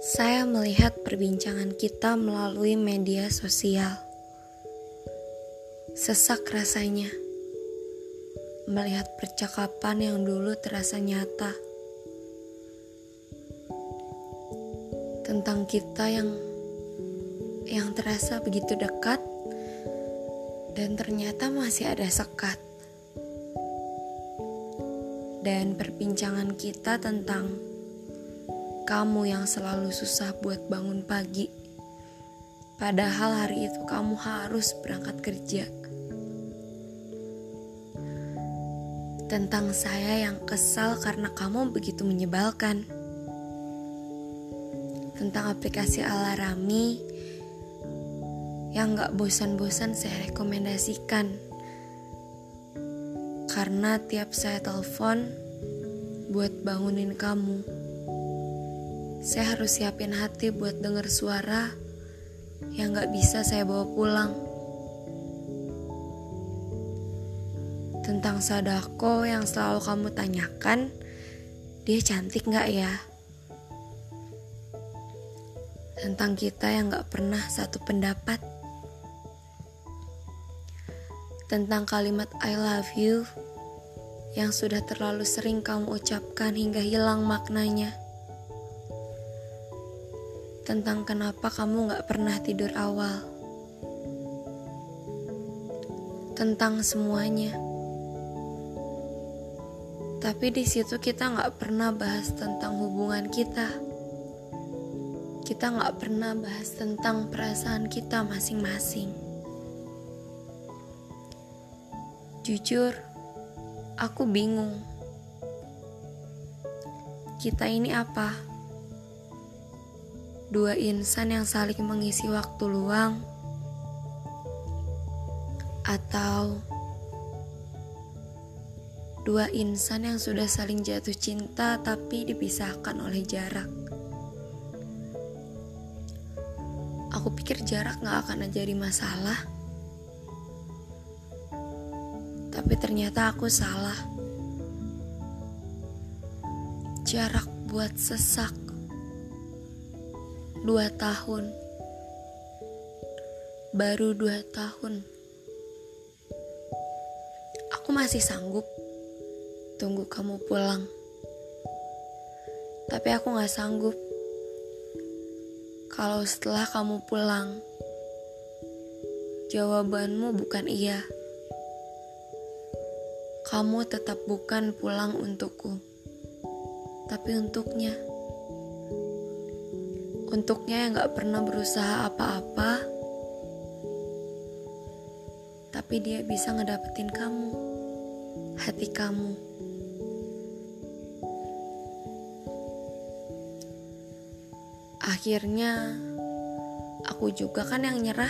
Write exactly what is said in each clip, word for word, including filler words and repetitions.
Saya melihat perbincangan kita melalui media sosial. Sesak rasanya melihat percakapan yang dulu terasa nyata tentang kita yang yang terasa begitu dekat dan ternyata masih ada sekat. Dan perbincangan kita tentang kamu yang selalu susah buat bangun pagi, padahal hari itu kamu harus berangkat kerja. Tentang saya yang kesal karena kamu begitu menyebalkan. Tentang aplikasi Alarami yang gak bosan-bosan saya rekomendasikan, karena tiap saya telepon buat bangunin kamu, saya harus siapin hati buat denger suara yang gak bisa saya bawa pulang. Tentang Sadako yang selalu kamu tanyakan, dia cantik gak ya? Tentang kita yang gak pernah satu pendapat. Tentang kalimat I love you yang sudah terlalu sering kamu ucapkan hingga hilang maknanya. Tentang kenapa kamu gak pernah tidur awal. Tentang semuanya. Tapi di situ kita gak pernah bahas tentang hubungan kita. Kita gak pernah bahas tentang perasaan kita masing-masing. Jujur, aku bingung. Kita ini apa? Dua insan yang saling mengisi waktu luang, atau dua insan yang sudah saling jatuh cinta tapi dipisahkan oleh jarak. Aku pikir jarak gak akan jadi masalah, tapi ternyata aku salah. Jarak buat sesak. Dua tahun. Baru dua tahun. Aku masih sanggup tunggu kamu pulang. Tapi aku gak sanggup kalau setelah kamu pulang jawabanmu bukan iya. Kamu tetap bukan pulang untukku, tapi untuknya. Untuknya yang gak pernah berusaha apa-apa, tapi dia bisa ngedapetin kamu, hati kamu. Akhirnya aku juga kan yang nyerah.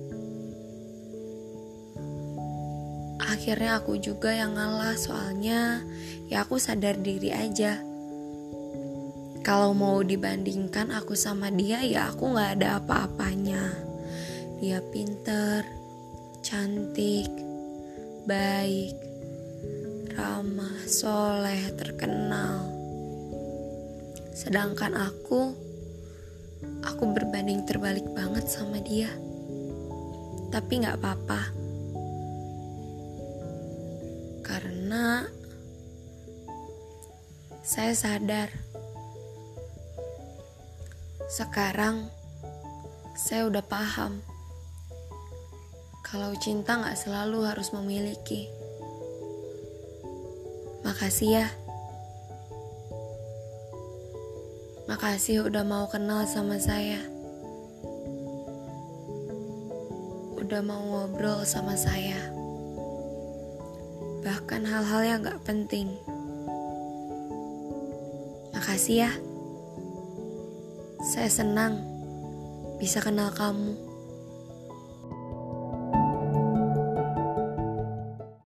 Akhirnya aku juga yang ngalah, soalnya ya aku sadar diri aja. Kalau mau dibandingkan aku sama dia, ya aku gak ada apa-apanya. Dia pinter, cantik, baik, ramah, soleh, terkenal. Sedangkan aku, aku berbanding terbalik banget sama dia. Tapi gak apa-apa, karena saya sadar sekarang saya udah paham kalau cinta gak selalu harus memiliki. Makasih ya. Makasih udah mau kenal sama saya. Udah mau ngobrol sama saya. Bahkan hal-hal yang gak penting. Makasih ya. Saya senang bisa kenal kamu.